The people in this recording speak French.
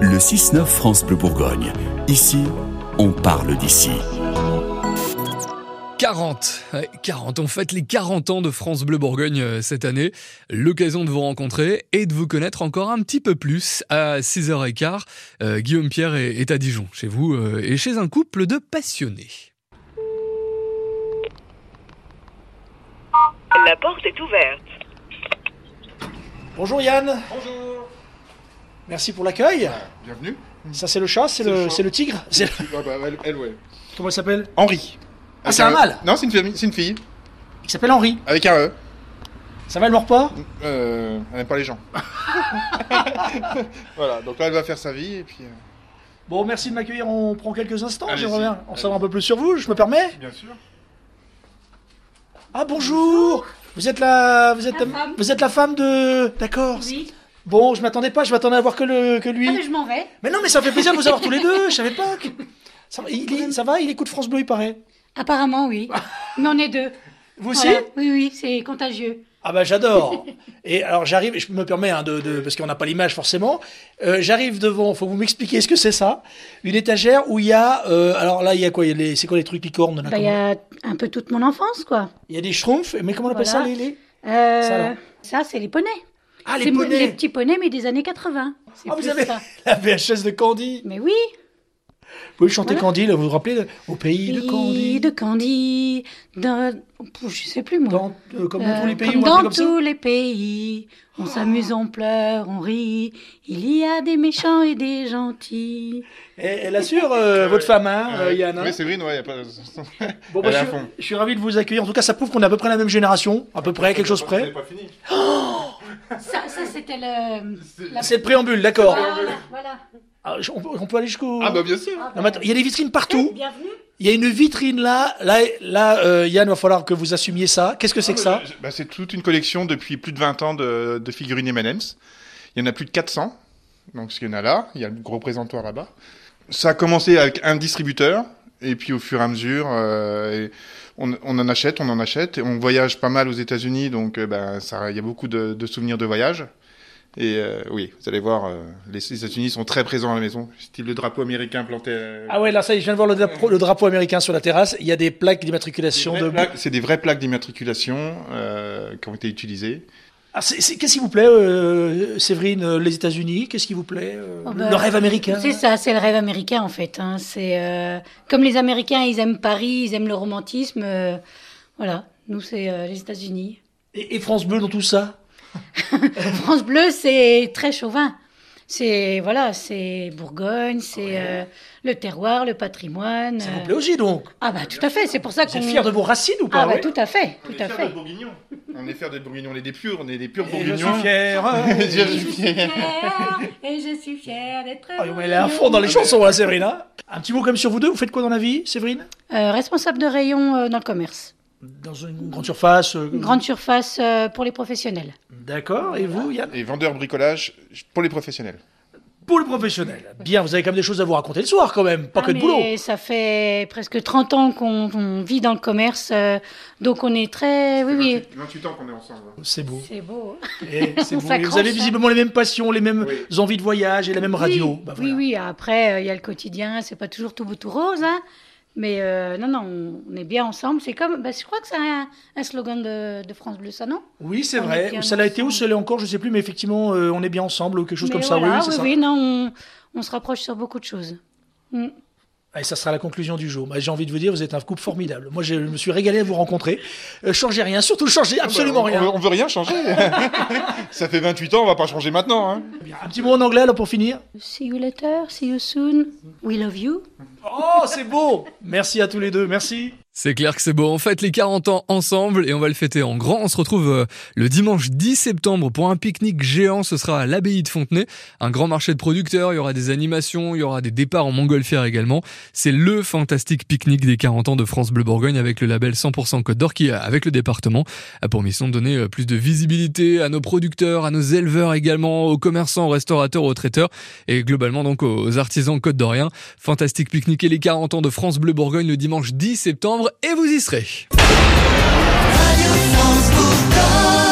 Le 6-9 France Bleu Bourgogne. Ici, on parle d'ici. 40, on fête les 40 ans de France Bleu Bourgogne cette année. L'occasion de vous rencontrer et de vous connaître encore un petit peu plus. À 6h15, Guillaume Pierre est à Dijon, chez vous, et chez un couple de passionnés. La porte est ouverte. Bonjour Yann. Bonjour. Merci pour l'accueil. Bienvenue. Ça c'est le chat, c'est le tigre. Ah bah, elle, ouais. Comment elle s'appelle? Henri. Ah, c'est un mâle? Non, c'est une fille. Il s'appelle Henri. Avec un E. Ça va, elle mord pas? Elle n'aime pas les gens. Voilà, donc là elle va faire sa vie et puis... Bon, merci de m'accueillir, on prend quelques instants, Allez-y. j'aimerais bien en savoir un peu plus sur vous, je me permets? Bien sûr. Ah bonjour. Vous êtes la femme de... D'accord. Oui. Bon, je m'attendais à voir que lui. Ah mais je m'en vais. Mais non, mais ça me fait plaisir de vous avoir tous les deux, je savais pas que... Ça va, il écoute France Bleu, il paraît. Apparemment oui. Mais on est deux. Vous aussi? Voilà. Oui, c'est contagieux. Ah bah j'adore. Et alors j'arrive, je me permets parce qu'on n'a pas l'image forcément. J'arrive devant, faut vous m'expliquer ce que c'est ça. Une étagère où il y a, alors là il y a quoi? C'est quoi les trucs licornes là? Il y a un peu toute mon enfance quoi. Il y a des schtroumpfs, mais comment on appelle ça Voilà. ça, là Ça c'est les poneys. Ah les C'est poneys. les petits poneys mais des années 80. C'est Ah vous plus avez ça. la VHS de Candy. Mais oui. Vous pouvez chanter Voilà. Candy, là, vous vous rappelez Au pays de Candy. De Candy. Je sais plus moi. Comme dans tous les pays. Comme ou un truc dans comme ça. tous les pays, on s'amuse, on pleure, on rit. Il y a des méchants et des gentils. Et elle assure votre femme, hein, Yann. Hein Oui, Séverine, ouais, y a pas... Bon, Elle est à je fond. suis ravi de vous accueillir. En tout cas, ça prouve qu'on est à peu près la même génération, à peu près, quelque chose C'est près. pas fini. Ça c'était C'est le préambule, d'accord. Voilà. Ah, on peut aller jusqu'au... Ah bah bien sûr. Non, mais attends, il y a des vitrines partout. Bienvenue. Il y a une vitrine là, Yann, il va falloir que vous assumiez ça. Qu'est-ce que c'est que ça? Bah, c'est toute une collection depuis plus de 20 ans de figurines M&M's. Il y en a plus de 400. Donc il y en a là, il y a le gros présentoir là-bas. Ça a commencé avec un distributeur, et puis au fur et à mesure, on en achète, et on voyage pas mal aux États-Unis, donc il y a beaucoup de souvenirs de voyage. Et oui, vous allez voir, les États-Unis sont très présents à la maison, style le drapeau américain planté. Ah ouais, là, ça y est, je viens de voir le drapeau américain sur la terrasse. Il y a des plaques d'immatriculation C'est des vraies plaques d'immatriculation qui ont été utilisées. Ah, qu'est-ce qui vous plaît, Séverine, les États-Unis? Qu'est-ce qui vous plaît? Le rêve américain? C'est ça, c'est le rêve américain en fait. Hein. C'est comme les Américains, ils aiment Paris, ils aiment le romantisme. Voilà, nous c'est les États-Unis. Et France Bleu dans tout ça? France Bleu, c'est très chauvin. C'est Bourgogne, c'est le terroir, le patrimoine. Ça vous plaît aussi, donc? Ah bah tout à fait, c'est pour ça Vous qu'on... êtes fiers de vos racines ou pas? Ah bah ouais tout à fait, On tout est à fiers fait. d'être bourguignons. On est fiers d'être bourguignons, on est des purs Et bourguignons. je suis fier. Je suis fier. Et je suis fière d'être... Ah, mais elle est à fond dans les chansons, là, Séverine. Hein. Un petit mot comme sur vous deux. Vous faites quoi dans la vie, Séverine? Responsable de rayon dans le commerce. Dans une grande surface. Une grande surface pour les professionnels. D'accord. Et vous, Yann? Et vendeur bricolage pour les professionnels. Pour le professionnel. Bien, vous avez quand même des choses à vous raconter le soir, quand même. Pas que de mais boulot. Ça fait presque 30 ans qu'on vit dans le commerce, donc on est très... Oui. 28 ans qu'on est ensemble. C'est beau. C'est beau. Et c'est On beau. Et vous s'accroche, avez visiblement les mêmes passions, les mêmes envies de voyage et la même radio. Oui, Bah, voilà. oui. Après, il y a le quotidien, c'est pas toujours tout beau, tout rose, hein. Mais non, on est bien ensemble. C'est comme, je crois que c'est un slogan de France Bleu, ça, non? Oui, c'est On est vrai. bien Ça l'a été ou ensemble. ça l'est encore, je sais plus, mais effectivement, on est bien ensemble ou quelque chose Mais comme ça. voilà, Oui, c'est ça. oui, non, on se rapproche sur beaucoup de choses. Mm. Et ça sera la conclusion du jour. Bah, j'ai envie de vous dire, vous êtes un couple formidable. Moi, je me suis régalé à vous rencontrer. Changez rien, surtout changez absolument rien. On veut rien changer. Ça fait 28 ans, on va pas changer maintenant. Hein. Bien. Un petit mot en anglais, alors, pour finir. See you later, see you soon, we love you. Oh, c'est beau. Merci à tous les deux, merci. C'est clair que c'est beau. On fête les 40 ans ensemble et on va le fêter en grand. On se retrouve le dimanche 10 septembre pour un pique-nique géant. Ce sera à l'abbaye de Fontenay. Un grand marché de producteurs. Il y aura des animations. Il y aura des départs en montgolfière également. C'est le fantastique pique-nique des 40 ans de France Bleu Bourgogne avec le label 100% Côte d'Or qui, avec le département, a pour mission de donner plus de visibilité à nos producteurs, à nos éleveurs également, aux commerçants, aux restaurateurs, aux traiteurs et globalement donc aux artisans côte-d'oriens. Fantastique pique-nique et les 40 ans de France Bleu Bourgogne le dimanche 10 septembre. Et vous y serez. Radio France Bourgogne.